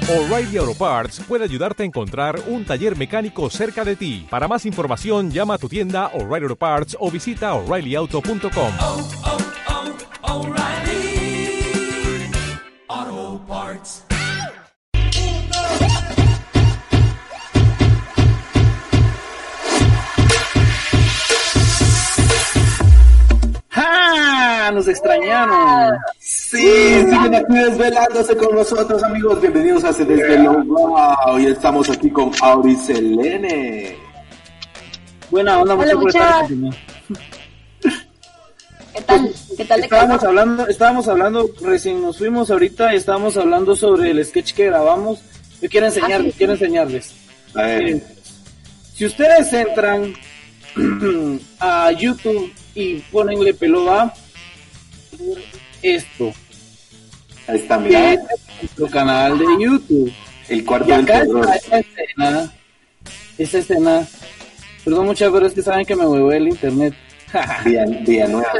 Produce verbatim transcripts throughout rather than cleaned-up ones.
O'Reilly Auto Parts puede ayudarte a encontrar un taller mecánico cerca de ti. Para más información, llama a tu tienda O'Reilly Auto Parts o visita O'Reilly Auto punto com. Oh, oh, oh, O'Reilly Auto Parts. ¡Ja! ¡Nos extrañaron! Sí, siguen aquí desvelándose con nosotros, amigos. Bienvenidos a Se Desveló. Wow, y estamos aquí con Auri Selene. Buena onda, muchas gracias. ¿Qué tal? ¿Qué tal de Estábamos casa? hablando, estábamos hablando, recién nos fuimos ahorita y estábamos hablando sobre el sketch que grabamos. Yo quiero enseñarles, Ah, sí. quiero enseñarles. A ver. Miren, si ustedes entran a YouTube y ponenle pelo a esto, Ahí está, que mira. es nuestro canal de YouTube. El cuarto Y del acá terror. está esta escena, esta escena, perdón muchas veces que saben que me huevo el internet. Día, día nueva.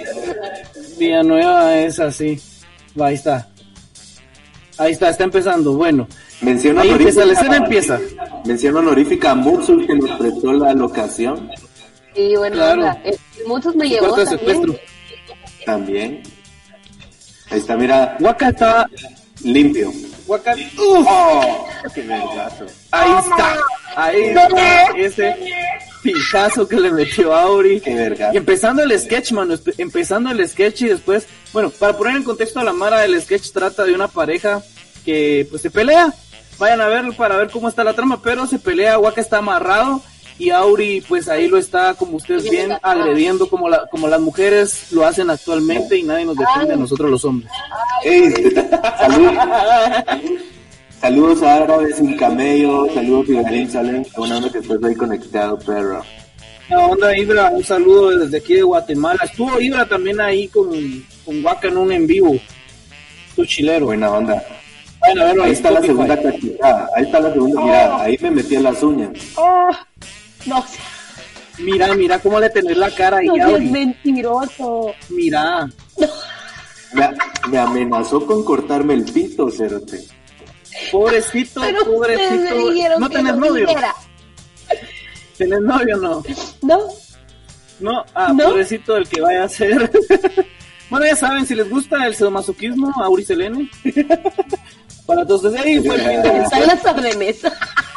Villanueva es así. Va, ahí está. Ahí está, está empezando. Bueno, Mención ahí empieza, la escena honorífica. empieza. Mención honorífica a Mutsul, que nos prestó la locación. Sí, bueno, Claro. onda. Eh, Muchos me Su llevó cuarto de también. secuestro. También. Ahí está, mira, Waka está. limpio. Waka. ¡Uf! ¡Oh! ¡Qué vergazo! Ahí está. Ahí está. Ese pijazo que le metió a Auri. ¡Qué vergazo! Y empezando el sketch, mano. espe- Empezando el sketch y después. Bueno, para poner en contexto a la Mara, el sketch trata de una pareja que pues se pelea. Vayan a verlo para ver cómo está la trama, pero se pelea. Waka está amarrado. Y Auri, pues ahí lo está, como ustedes bien, agrediendo como la, como las mujeres lo hacen actualmente y nadie nos defiende a nosotros los hombres. ¡Ey! ¡Salud! Saludos a Árabes sin camello, saludos a Ibrahim Salem, una onda que estás ahí conectado, perro. La onda Ibra, un saludo desde aquí de Guatemala. Estuvo Ibra también ahí con, con Waka en un en vivo. Tu chilero. Buena onda. Bueno, a verlo, Ahí está la Spotify. segunda cachetada, ahí está la segunda, mira, ahí me metí en las uñas. Oh, no, Mira, mira cómo le tenés la cara ahí, no seas Auri. mentiroso. Mira. Me, me amenazó con cortarme el pito, cerote. Pobrecito, Pero ustedes pobrecito. me dijeron ¿No que tenés no novio? dijera. ¿Tenés novio o no? No, No, ah, ¿No? pobrecito el que vaya a ser. Bueno, ya saben, si les gusta el sadomasoquismo, Auri Selene. Para todos ustedes, ahí fue el fin de está en la sobremesa.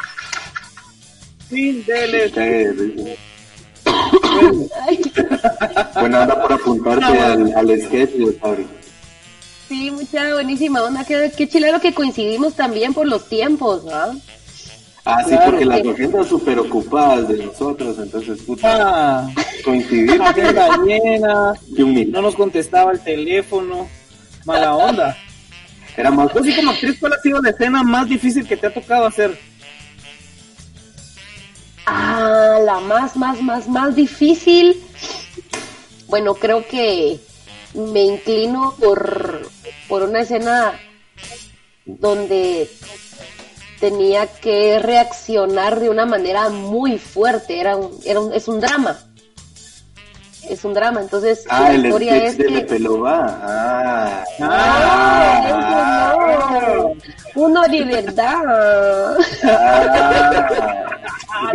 fin del Eh, Ay, Buena onda por apuntarte al, al sketch de Fabri. sí, mucha buenísima onda. Qué, qué chilero que coincidimos también por los tiempos, ¿no? Ah, sí, Claro. porque las agendas súper ocupadas de nosotros, entonces, puta, Ah, coincidir agenda llena, de un minuto. no nos contestaba el teléfono, mala onda. Era más... Vos, sí, como actriz, ¿cuál ha sido la escena más difícil que te ha tocado hacer? Ah, la más, más, más, más difícil. Bueno, creo que me inclino por, por una escena donde tenía que reaccionar de una manera muy fuerte. Era un, era un, es un drama. Es un drama, entonces Ah, la el historia sketch es de que... Le Pelova. Ah. ¡Ah! eso no! Uno de verdad. Ah.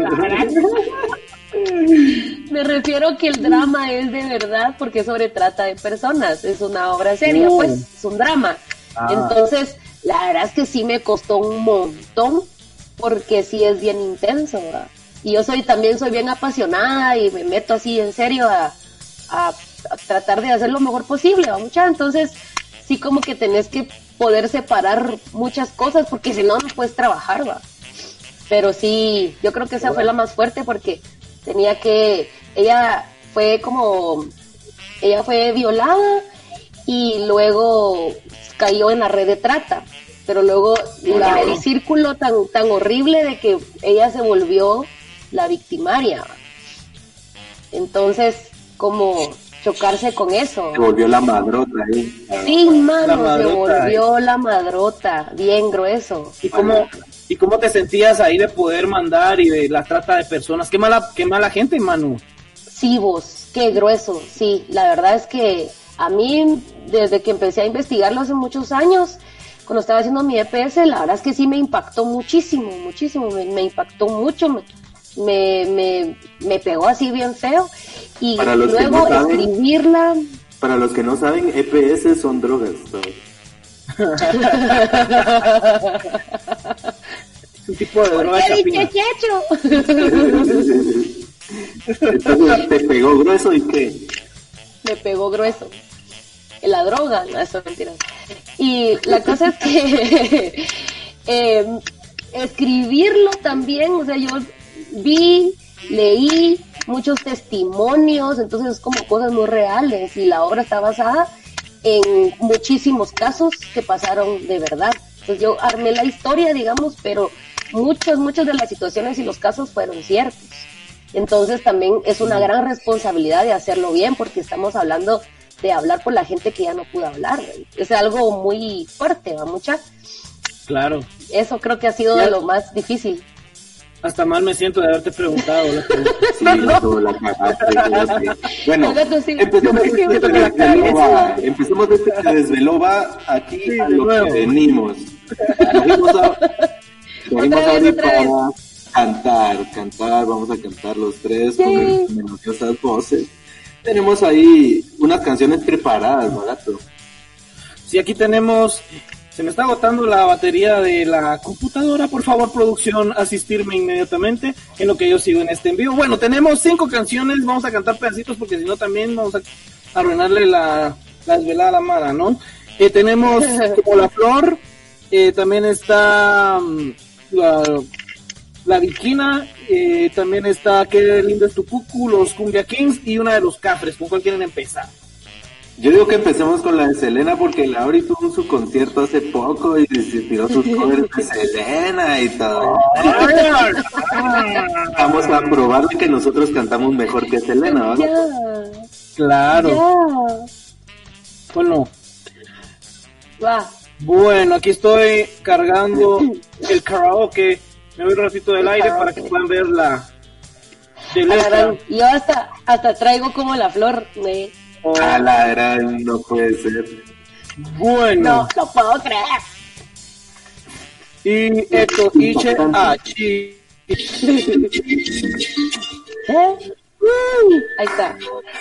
Me refiero que el drama es de verdad porque sobre trata de personas, es una obra seria, Uh. pues es un drama. Ah. Entonces, la verdad es que sí me costó un montón porque sí es bien intenso, ¿verdad? Y yo soy también soy bien apasionada y me meto así en serio a, a, a tratar de hacer lo mejor posible, ¿va? Mucha, entonces sí como que tenés que poder separar muchas cosas porque si no no puedes trabajar, va. Pero sí, yo creo que esa fue la más fuerte porque tenía que, ella fue como, ella fue violada y luego cayó en la red de trata, pero luego la, el círculo tan, tan horrible de que ella se volvió la victimaria. Entonces, como chocarse con eso. Se volvió la madrota ahí. Sí, mano, La se madrota. volvió la madrota, bien grueso. ¿Y cómo, ¿Y cómo te sentías ahí de poder mandar y de la trata de personas? Qué mala, qué mala gente, Manu. Sí, vos, qué grueso. Sí, la verdad es que a mí, desde que empecé a investigarlo hace muchos años, cuando estaba haciendo mi E P S, la verdad es que sí me impactó muchísimo, muchísimo, me, me impactó mucho, me, me, me, me pegó así bien feo. Y Para los que luego no saben- escribirla... Para los que no saben, E P S son drogas. ¿no? Es un tipo de ¿Por droga qué chapina. dije quecho? Entonces, ¿te pegó grueso y qué? Me pegó grueso. La droga, no, eso es mentira. Y la cosa es que eh, escribirlo también, o sea, yo vi, leí muchos testimonios, entonces es como cosas muy reales y la obra está basada en muchísimos casos que pasaron de verdad. Entonces yo armé la historia, digamos, pero muchas, muchas de las situaciones y los casos fueron ciertos. Entonces también es una gran responsabilidad de hacerlo bien, porque estamos hablando de hablar por la gente que ya no pudo hablar. Es algo muy fuerte, ¿va? Mucha. Claro. Eso creo que ha sido Ya. de lo más difícil. Hasta mal me siento de haberte preguntado. La pregunta. Sí, no, la cagaste, fíjate. Bueno, El gato sí. empecemos Sí, este sí, que la desveló va. cabeza. Empecemos este que desveló va aquí Sí, a de lo nuevo. que venimos. Venimos a, venimos Otra vez, ahorita otra vez. a cantar, cantar, vamos a cantar los tres con Sí. melodiosas voces. Tenemos ahí unas canciones preparadas, ¿no, gato? Sí, aquí tenemos... Se me está agotando la batería de la computadora. Por favor, producción, asistirme inmediatamente en lo que yo sigo en este envío. Bueno, tenemos cinco canciones. Vamos a cantar pedacitos porque si no también vamos a arruinarle la, la desvelada a la Mara, ¿no? Eh, tenemos Como la Flor. Eh, también está mm, la, la Viquina. Eh, también está Qué lindo es tu cucu, los Cumbia Kings y una de los Cafres. ¿Con cuál quieren empezar? Yo digo que empecemos con la de Selena porque Lauri tuvo su concierto hace poco y se tiró sus covers de Selena y todo. Vamos a probar que nosotros cantamos mejor que Selena, ¿verdad? Ya, Claro. ya. Bueno. Va. Bueno, aquí estoy cargando el karaoke. Me voy un ratito del El aire karaoke. para que puedan ver la de A la letra. gran- Yo hasta, hasta traigo como la flor. Me... A la gran, no puede ser. Bueno, No, no puedo creer. y esto, Iche Achi. ¿Eh? Uh, ahí está.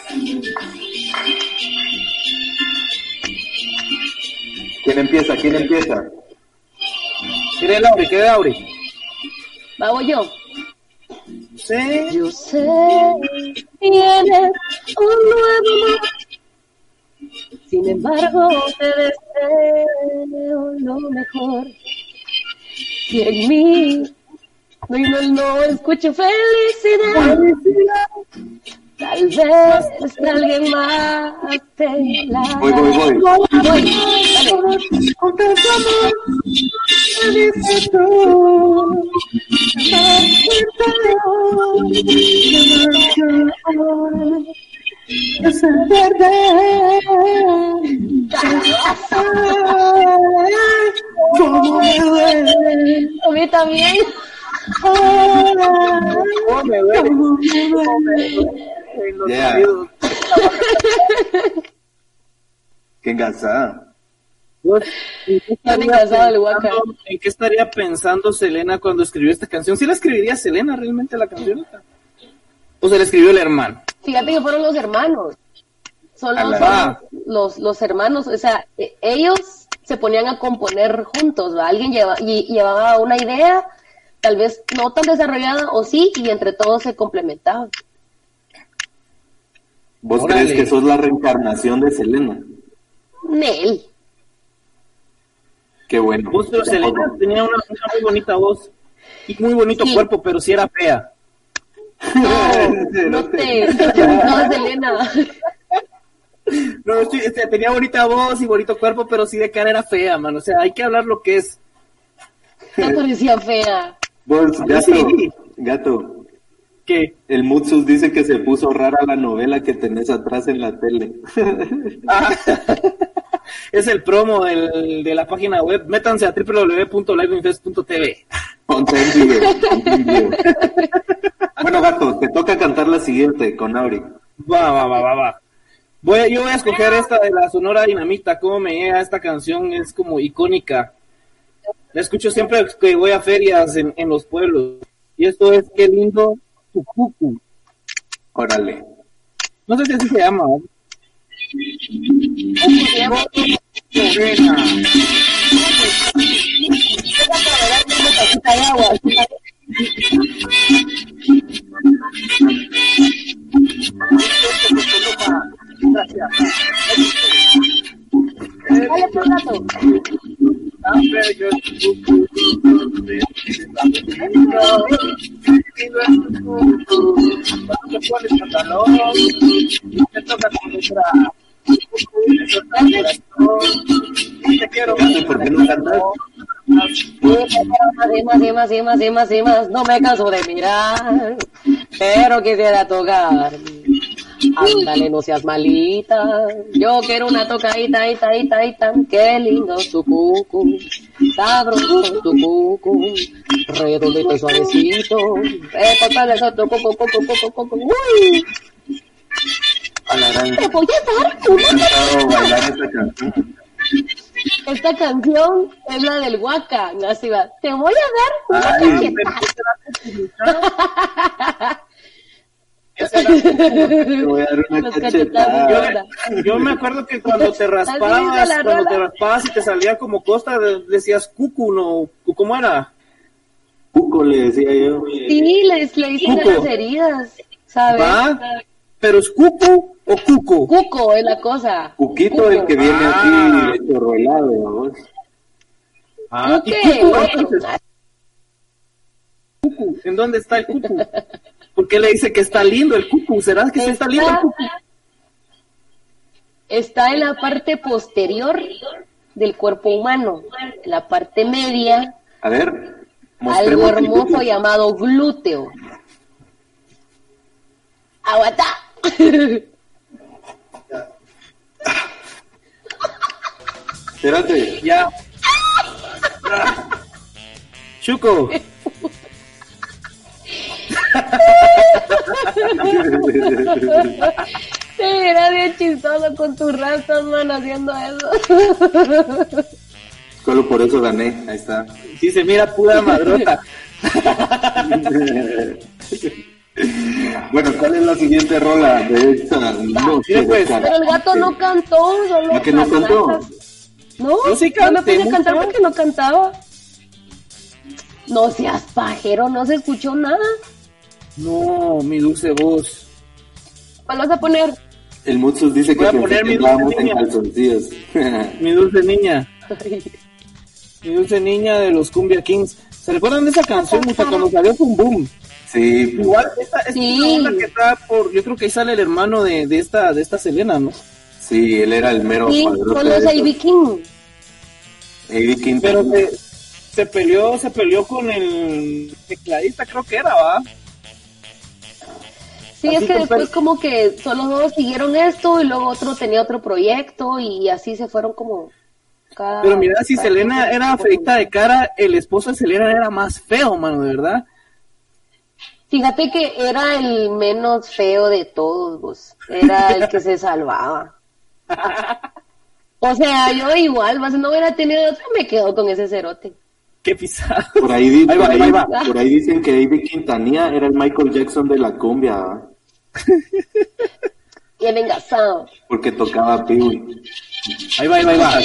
¿Quién empieza? ¿Quién empieza? ¿Quiere el Auri? ¿Quiere el Auri? Vamos yo. Sí. Yo sé, tienes un nuevo amor. Sin embargo, te deseo lo mejor. Y en mí no, no, no escucho felicidad. Tal vez está alguien más de la... Voy, voy, voy. Voy, dale. A mí también. Oh, me duele. Oh, me duele en los Yeah. oídos. Qué engasada. Pues, ¿En qué Ya me estaría cansaba el guaca. pensando- ¿En qué estaría pensando Selena cuando escribió esta canción? ¿Sí la escribiría Selena realmente la canción? ¿O se la escribió el hermano? Fíjate que fueron los hermanos. Son A los, la- los, los hermanos, o sea, e- ellos se ponían a componer juntos, ¿va? Alguien lleva, y, llevaba una idea, tal vez no tan desarrollada, o sí, y entre todos se complementaban. ¿Vos Órale. crees que sos la reencarnación de Selena? Nel. Qué bueno. Vos, pero Selena tenía una, una muy bonita voz y muy bonito Sí. cuerpo, pero sí era fea. No, no te, no, Selena. No, sí, este, tenía bonita voz y bonito cuerpo, pero sí de cara era fea, man. O sea, hay que hablar lo que es. No parecía fea. Vos, A mí gato, sí. gato. Que El Mutsus dice que se puso rara la novela que tenés atrás en la tele. ah, es el promo del, de la página web. Métanse a doble u doble u doble u punto live infest punto t v. Ponte en video, ponte en video. Bueno, gato, te toca cantar la siguiente con Auri. Va, va, va, va, va. Voy, a- yo voy a escoger esta de la Sonora Dinamita. Cómo me llega esta canción, es como icónica. La escucho siempre que voy a ferias en, en los pueblos. Y esto es Qué lindo tu cucu. Órale. No sé si así se llama. ¿Cómo se llama? Morena. Una tacita de agua. Dale por rato. ¿Por qué no cantas? Más y más y más y más y más, no me canso de mirar, pero quisiera tocar. Ándale, no seas malita, yo quiero una tocadita, ita, ita, ita, qué lindo tu cucu, sabroso tu cucu, redondito y suavecito, eh, total, eso tu cucu, cucu, cucu, cucu, uy. A la gran. Te voy a dar una Cantado bailar esta canción. Esta canción es la del Waka, así va. Te voy a dar Ay, una cachetada. Te voy a dar una Los cachetada. cachetadas. Yo, yo me acuerdo que cuando te ¿Has raspabas, visto la cuando rola? te raspabas y te salía como costa, de- decías cucu, ¿no? ¿Cómo era? Cuco le decía yo. Sí, les le dicen a Cuco. las heridas, ¿sabes? ¿Va? ¿Pero es cucu o cuco? Cuco es la cosa. Cuquito Cuco. el que viene Ah. así de chorrelado, vos. Ah, ¿y ¿Qué? cucu? Entonces, cucu, ¿en dónde está el cucu? ¿Por qué le dice que está lindo el cucu? ¿Será que sí está lindo el Está, cucu? está en la parte posterior del cuerpo humano, en la parte media, A ver, algo mostremos el hermoso cuco. llamado glúteo. Aguanta. Espérate. Ya. Chuco, Sí, era bien chistoso con tus rastas, man, haciendo eso. Solo por eso gané. Ahí está. sí se mira pura madrota. Bueno, ¿cuál es la siguiente rola de esta noche? mira, pues, de Pero el gato no cantó, solo ¿A que no las cantó? rastas. No, Yo sí no me canté pude cantar mucho. porque no cantaba. No seas pajero, no se escuchó nada. No, mi dulce voz. ¿Cuál vas a poner? El Mutsus dice que Voy a pensé poner que mi andábamos en niña. calzoncillos. Mi dulce niña. Mi dulce niña de los Cumbia Kings. ¿Se recuerdan de esa canción? Mucha, cuando salió fue un boom. Sí, Igual, esta esta Sí. es una onda que está por... Yo creo que ahí sale el hermano de, de esta de esta Selena, ¿no? sí, él era el mero Sí, padrote con los de A B King. Avi King. Pero se, se peleó se peleó con el tecladista, creo que era, ¿va? Sí, Así es que con después pel- como que solo dos siguieron esto y luego otro tenía otro proyecto y así se fueron como... cada- Pero mira, si cada Selena quien- era feita de cara, el esposo de Selena era más feo, mano, de verdad. Fíjate que era el menos feo de todos, vos. Era el que se salvaba. O sea, yo igual, más no hubiera tenido otro, me quedo con ese cerote. Qué pisado. Por ahí, di- Ahí va, por, ahí, ahí va. por ahí dicen que Avi Quintanilla era el Michael Jackson de la cumbia, ¿va? Bien engasado. Porque tocaba Pee-wee. Ahí va, ahí va, ahí va.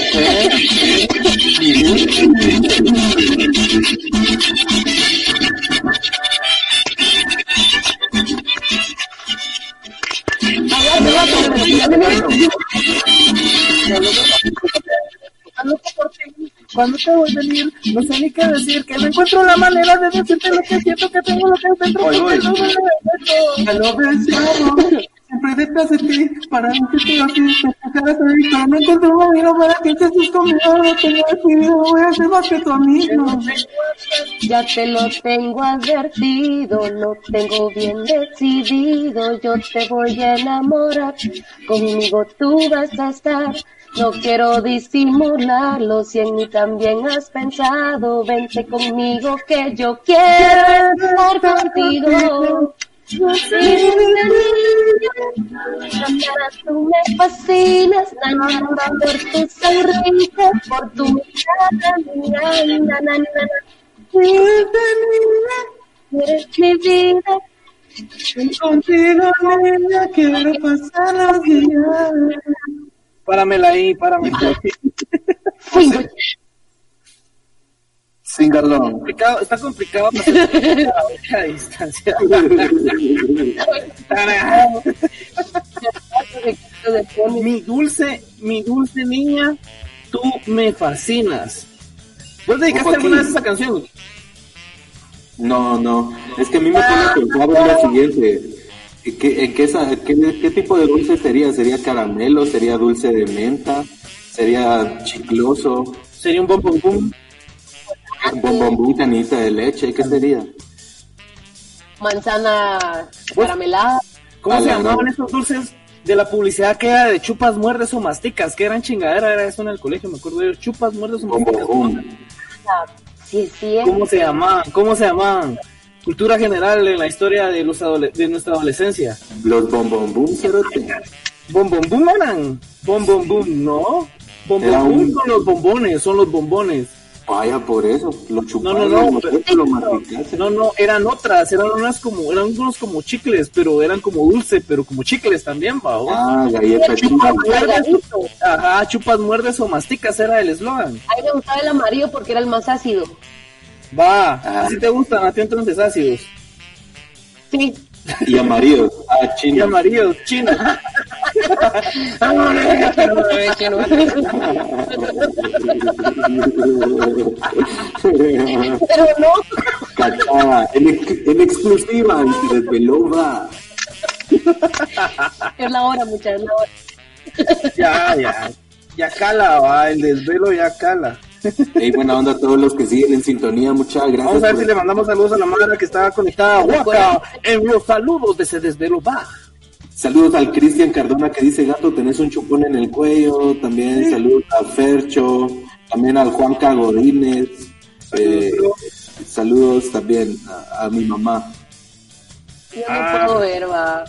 Cuando te voy a venir, no sé ni qué decir, que no encuentro la manera de decirte lo que siento, que tengo lo que dentro. Voy, voy. porque no me lo meto. Ya lo deseaba, siempre detrás de ti, para decirte lo que te quedas ahí, pero no encuentro un camino para que estés conmigo, no tengo decidido, voy a ser más que tu amigo. Ya te lo tengo advertido, lo tengo bien decidido, yo te voy a enamorar, conmigo tú vas a estar, no quiero disimularlo, si en mí también has pensado, vente conmigo que yo quiero estar contigo. Yo soy una niña, tú me fascinas, na, na, na, por tu sonrisa, por tu mirada, na, na, na, na, na. Eres mi vida. Contigo, niña, quiero pasar los días. Páramela ahí, páramela ahí. Singalong. Complicado, está complicado hacer a distancia. Mi dulce, mi dulce niña, tú me fascinas. ¿Vos dedicaste Ojo alguna aquí. vez a esa canción? No, no, es que a mí me pone a pensar en lo siguiente. ¿Qué, en qué, esa- qué, ¿Qué tipo de dulce sería? ¿Sería caramelo? ¿Sería dulce de menta? ¿Sería chicloso? Sería un bombón boom. ¿Bombombín, canita de leche? ¿Qué sería? Manzana caramelada. ¿Cómo A se la llamaban gran. esos dulces de la publicidad que era de chupas, muerdes o masticas? Que eran chingadera, era eso en el colegio, me acuerdo de chupas, muerdes o masticas. Bombom. Sí, sí, es. ¿Cómo se llamaban? ¿Cómo se llamaban? Cultura general en la historia de los adole- de nuestra adolescencia. Los bombombum, cerote. Bombón boom eran. Bombón boom, no. Bombón Era boom un- son los bombones, son los bombones. Vaya, por eso. Lo No, chuparon, no, no, lo pero- lo masticaste. No, no, eran otras, eran unas como, eran unos como chicles, pero eran como dulce, pero como chicles también, va. ¿o? Ah, galleta chica. Chupas, muerdes, Margarito. ajá, chupas, muerdes o masticas era el eslogan. A mí me gustaba el amarillo porque era el más ácido. Va, Ah. así te gustan a ti entonces ácidos. Sí. Y amarillos. Ah, Y chino. amarillos, chino. Pero no. Cachada. En, ex- en exclusiva, y se desveló, va. Es la hora, muchachos, es la hora. Ya, ya, ya cala, va, el desvelo ya cala. Hey, buena onda a todos los que siguen en sintonía. Muchas gracias. Vamos a ver por- si le mandamos saludos a la madre que estaba conectada. Guaca, en los saludos de ese desvelo va. Saludos al Cristian Cardona que dice, gato, tenés un chupón en el cuello. También saludos a Fercho. También al Juan Cagodines. Eh, saludos también a, a mi mamá. Yo no Ah. puedo ver, va.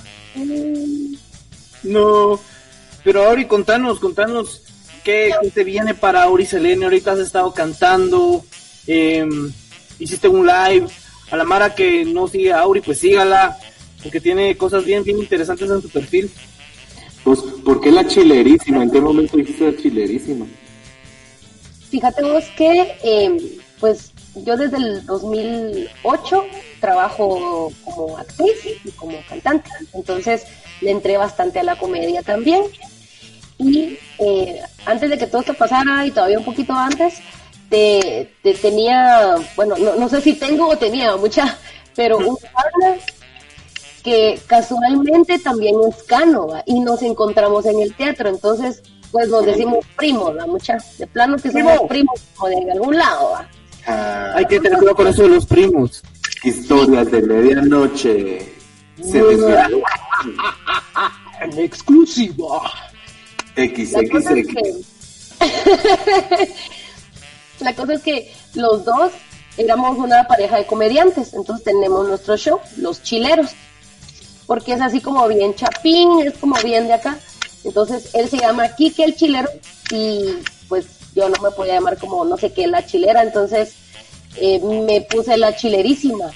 No, pero Auri, contanos, contanos qué, qué te viene para Auri Selene. Ahorita has estado cantando, eh, hiciste un live. A la Mara que no sigue a Auri, pues sígala, porque tiene cosas bien, bien interesantes en su perfil. Pues, ¿por qué la chilerísima? ¿En qué momento dijiste la chilerísima? Fíjate vos que, eh, pues, yo desde el dos mil ocho trabajo como actriz y como cantante, entonces le entré bastante a la comedia también. Y eh, antes de que todo esto pasara y todavía un poquito antes, te, te tenía, bueno, no, no sé si tengo o tenía mucha, pero un partner que casualmente también es cano, ¿va? Y nos encontramos en el teatro, entonces pues nos decimos primos, ¿va? Mucha, de plano que somos Primo. primos como de algún lado, ¿va? Ah, Hay que tener cuidado con eso de los primos. historias de medianoche. Se desveló. En exclusiva. X, La X, cosa es X. que la cosa es que los dos éramos una pareja de comediantes, entonces tenemos nuestro show, Los Chileros, porque es así como bien chapín, es como bien de acá. Entonces él se llama Quique el Chilero y pues yo no me podía llamar como no sé qué, la chilera, entonces eh, me puse la chilerísima.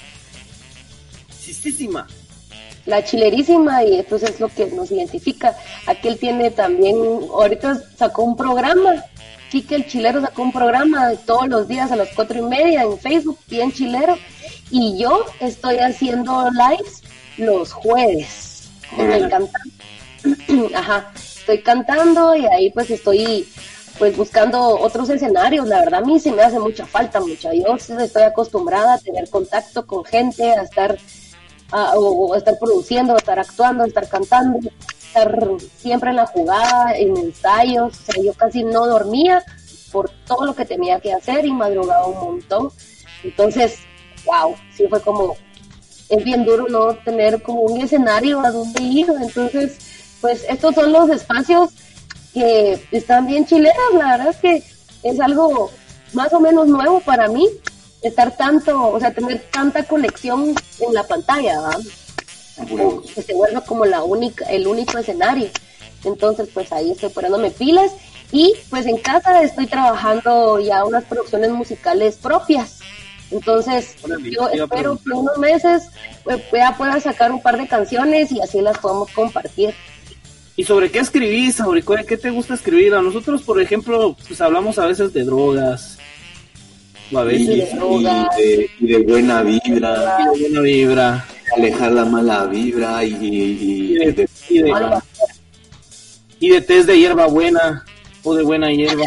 Sistísima. La chilerísima, y esto es lo que nos identifica. Aquel tiene también, ahorita sacó un programa, Quique el Chilero sacó un programa todos los días a las cuatro y media en Facebook, bien chilero, y yo estoy haciendo lives los jueves, estoy cantando, ajá, estoy cantando y ahí pues estoy pues buscando otros escenarios. La verdad a mí sí me hace mucha falta, mucha, yo sí estoy acostumbrada a tener contacto con gente, a estar a, o, o estar produciendo, a estar actuando, a estar cantando, estar siempre en la jugada, en ensayos. O sea, yo casi no dormía por todo lo que tenía que hacer y madrugaba un montón. Entonces, wow, sí fue como, es bien duro no tener como un escenario a donde ir. Entonces, pues estos son los espacios que están bien chileros. La verdad es que es algo más o menos nuevo para mí, estar tanto, o sea, tener tanta conexión en la pantalla, ¿verdad? Bueno. que se vuelva como la única, el único escenario. Entonces, pues ahí estoy poniéndome pilas y pues en casa estoy trabajando ya unas producciones musicales propias. Entonces, Órale, yo te iba a espero que preguntar. unos meses pues, ya pueda sacar un par de canciones y así las podemos compartir. ¿Y sobre qué escribís, Aurico? ¿Qué te gusta escribir? A nosotros, por ejemplo, pues hablamos a veces de drogas, o a Y, veces de de y drogas. de, y de buena vibra, buena vibra, alejar la mala vibra y, y, y y de, de- y de, Algo. y de test de hierba buena, o de buena hierba.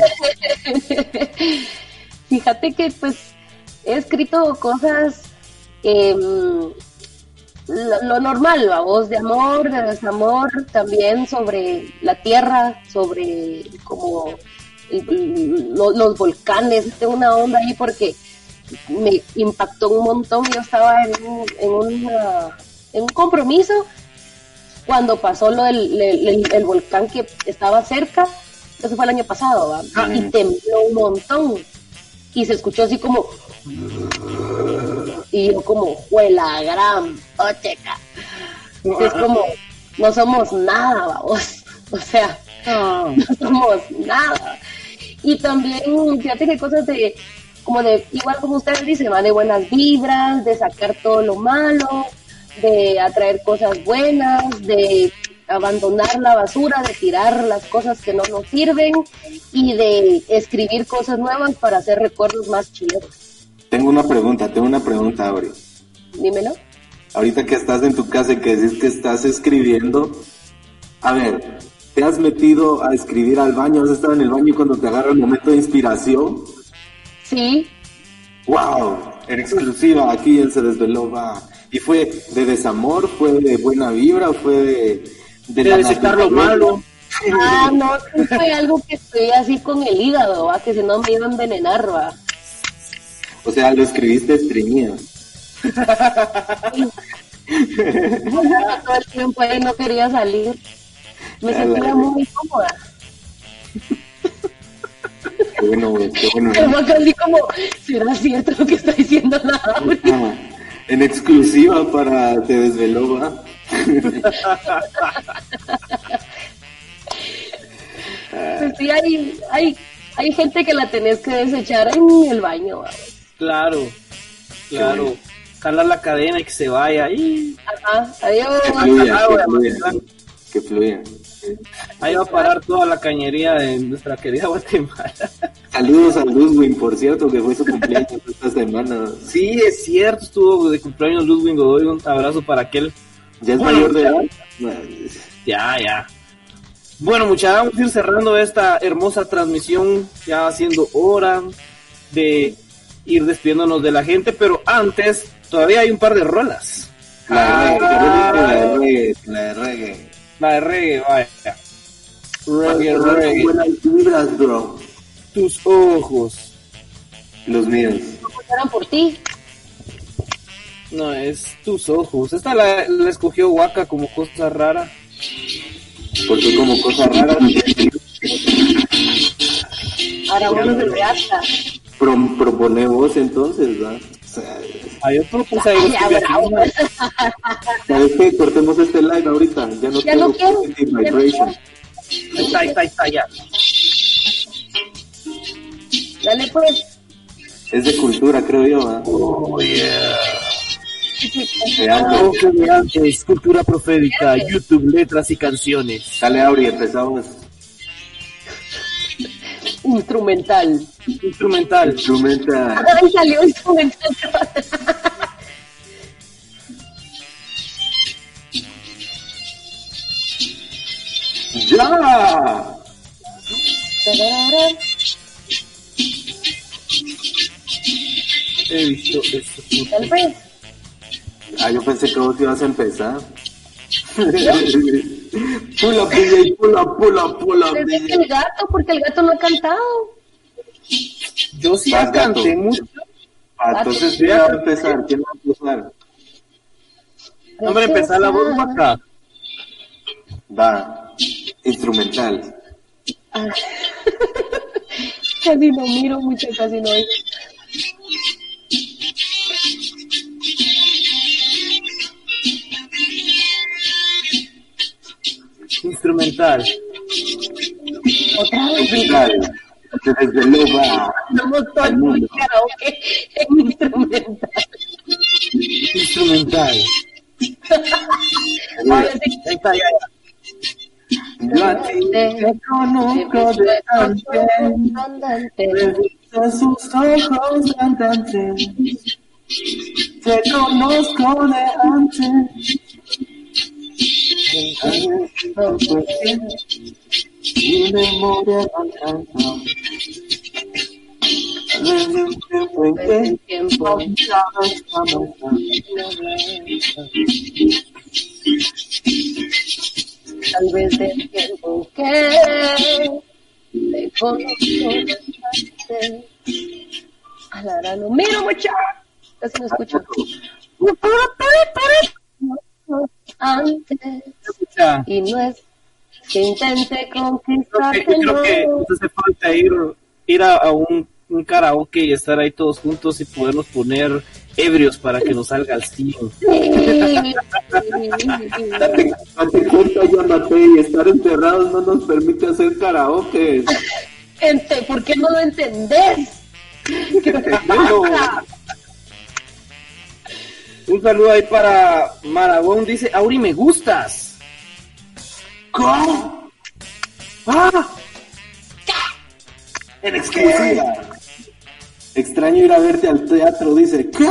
Fíjate que pues he escrito cosas eh, lo, lo normal, ¿va? Voz de amor, de desamor, también sobre la tierra, sobre como el- el- lo- los volcanes. Tengo una onda ahí porque me impactó un montón. Yo estaba en un, en una- en un compromiso cuando pasó lo del el, el- el volcán que estaba cerca. Eso fue el año pasado, ¿va? Ah. Y tembló un montón y se escuchó así como y yo como juela gran ocheca. Es como no somos nada, vamos, o sea, Ah, no somos nada. Y también fíjate que cosas de como de igual como ustedes dicen, van de buenas vibras, de sacar todo lo malo, de atraer cosas buenas, de abandonar la basura, de tirar las cosas que no nos sirven y de escribir cosas nuevas para hacer recuerdos más chidos. Tengo una pregunta, tengo una pregunta, Auri. Dímelo. Ahorita que estás en tu casa y que dices que estás escribiendo, a ver, ¿te has metido a escribir al baño? ¿Has estado en el baño y cuando te agarra el momento de inspiración? Sí, ¡Wow! En exclusiva, aquí él se desveló, va. ¿Y fue de desamor? ¿Fue de buena vibra? ¿O fue de... de la desecar lo naturaleza? malo. ah, no, sí fue algo que estoy así con el hígado, ¿va? Que si no me iba a envenenar, ¿va? O sea, lo escribiste estreñido. Todo el tiempo ahí no quería salir. Me A sentía la- muy incómoda. Qué bueno, güey, qué bueno. Como casi como, ¿será cierto lo que está diciendo la Auri? Ah, en exclusiva para Te Desveló, va. Pues sí, hay, hay, hay gente que la tenés que desechar en el baño, ¿va? Claro, claro. Jalar la cadena y que se vaya. Y Ajá, adiós. Que fluya, Ah, que bueno, fluya. claro. Que fluya. ahí va a parar toda la cañería de nuestra querida Guatemala. Saludos a Ludwig, por cierto, que fue su cumpleaños esta semana. Sí, es cierto, estuvo de cumpleaños Ludwig Godoy. Un abrazo para aquel. ¿Ya es Bueno, mayor de edad? Ya, ya. Bueno, muchachos, vamos a ir cerrando esta hermosa transmisión, ya siendo hora de ir despidiéndonos de la gente, pero antes todavía hay un par de rolas. La de reggae, Ah, la de reggae, la de reggae. la de reggae, vaya. Reggae, Con reggae. buenas vibras, bro. Tus ojos. Los míos. Eran por ti. No, es tus ojos. Esta la, la escogió Waka como cosa rara. Porque como cosa rara, Ahora uno se reacta. pro, propone vos entonces, ¿va? O sea, Hay otro, pues ahí Ay, ya, bravo. ¿sabes qué? Cortemos este live ahorita. Ya no Ya no tengo quiero, positive ya no vibration. Ahí está, ahí está, ahí está, ya. Dale pues. Es de cultura, creo yo, ¿va? Oh, yeah. De antes. Ojo de antes, cultura profética, YouTube, letras y canciones. Dale, Auri, empezamos. Instrumental. Instrumental. Instrumenta. Ay, salió instrumental. ¡Ya! He visto esto. Dale pues. Ah, yo pensé que vos ibas a empezar. Pull up, D J, pull up, pull up, pull up, Desde D que el J. gato, porque el gato no ha cantado. Yo sí Vas, ya canté gato. mucho. Ah, entonces, ¿quién va a empezar? ¿Quién va a empezar? Hombre, empezar la voz acá. Va, instrumental. Ah. Casi no miro mucho, casi no oigo. instrumental. Otra vez. Instrumental. Se desveló, va. Estamos todos al muy mundo. karaoke en instrumental. Instrumental. Ahora sí. Ahí está, ya, ya. Yo a ti te conozco de antes, de sus ojos cantantes, te conozco de antes. Mi memoria no alcanza. Desde un tiempo en que El tiempo. olvidabas jamás. Tal vez del tiempo que te conozco antes. Alara, no miro mucho. Casi no escucho. Antes. Ya. Y no es que intente Creo que, conquistarte, yo creo que no. nos hace falta ir, ir a, a un, un karaoke y estar ahí todos juntos y podernos poner ebrios para que nos salga el cien. Sí. Date, date cuenta, llámate, y estar enterrados no nos permite hacer karaoke. Gente, ¿por qué no lo entendés? Un saludo ahí para Maragón, dice, Auri, me gustas. ¿Cómo? ¡Ah! En exclusiva. Extraño ir a verte al teatro, dice. ¿Qué?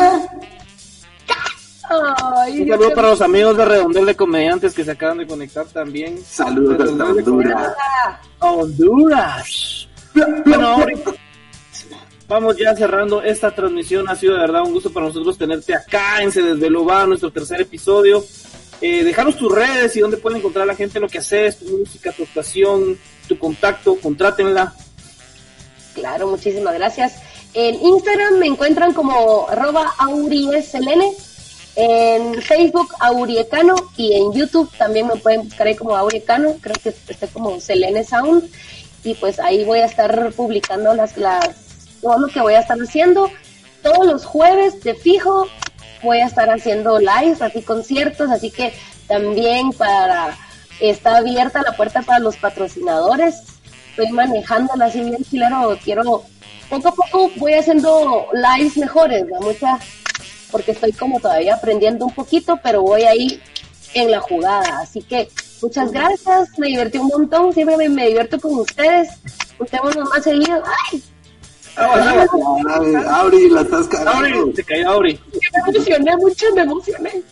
Ay, Un Dios saludo mío. para los amigos de Redondel de Comediantes que se acaban de conectar también. Saludos hasta Honduras. Honduras. Bueno, Auri, vamos ya cerrando esta transmisión. Ha sido de verdad un gusto para nosotros tenerte acá en Se Desveló Va, nuestro tercer episodio. Eh, dejaros tus redes y dónde pueden encontrar la gente lo que haces, tu música, tu actuación, tu contacto, contrátenla. Claro, muchísimas gracias. En Instagram me encuentran como arroba aurieselene, en Facebook Auriecano y en YouTube también me pueden buscar ahí como Auriecano, creo que está como Selene Sound, y pues ahí voy a estar publicando las, las todo lo que voy a estar haciendo. Todos los jueves de fijo voy a estar haciendo lives, así conciertos, así que también para está abierta la puerta para los patrocinadores. Estoy manejándola así bien chilero, quiero poco a poco voy haciendo lives mejores, ¿no? Mucha, porque estoy como todavía aprendiendo un poquito, pero voy ahí en la jugada, así que muchas gracias, me divertí un montón, siempre me, me divierto con ustedes, juntémonos más seguido. ¡Ay! Ay, Auri, la estás cagando. Auri, se cayó Auri. Me emocioné mucho, me emocioné.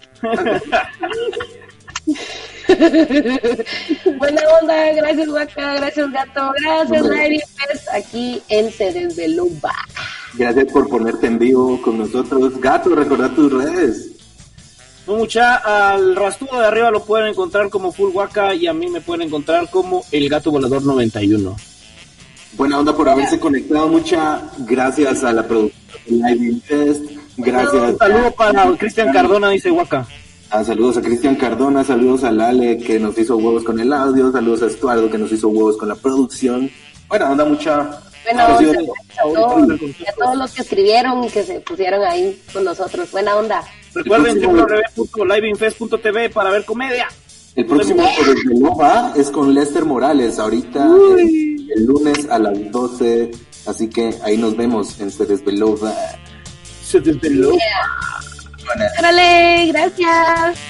Buena onda, gracias Waka, gracias Gato, gracias Larry, pues, aquí en Se Desveló Va. Gracias por ponerte en vivo con nosotros. Gato, recordá tus redes. No, mucha, al rastudo de arriba lo pueden encontrar como Full Waka y a mí me pueden encontrar como El Gato Volador noventa y uno. Buena onda por haberse conectado, mucha gracias a la producción de Live Fest. Gracias. Un saludo para Cristian Cardona, dice Waka. Ah, saludos a Cristian Cardona, saludos a Lale que nos hizo huevos con el audio, saludos a Estuardo que nos hizo huevos con la producción. Buena onda, mucha. Buena Ha onda, sido- gracias a todos, y a todos los que escribieron y que se pusieron ahí con nosotros. Buena onda. Recuerden El próximo- w w w punto liveinfest punto t v para ver comedia. El próximo Se Desveló Va es con Lester Morales, ahorita el, el lunes a las doce, así que ahí nos vemos en Se Desveló Va. Se desveló. Órale, gracias.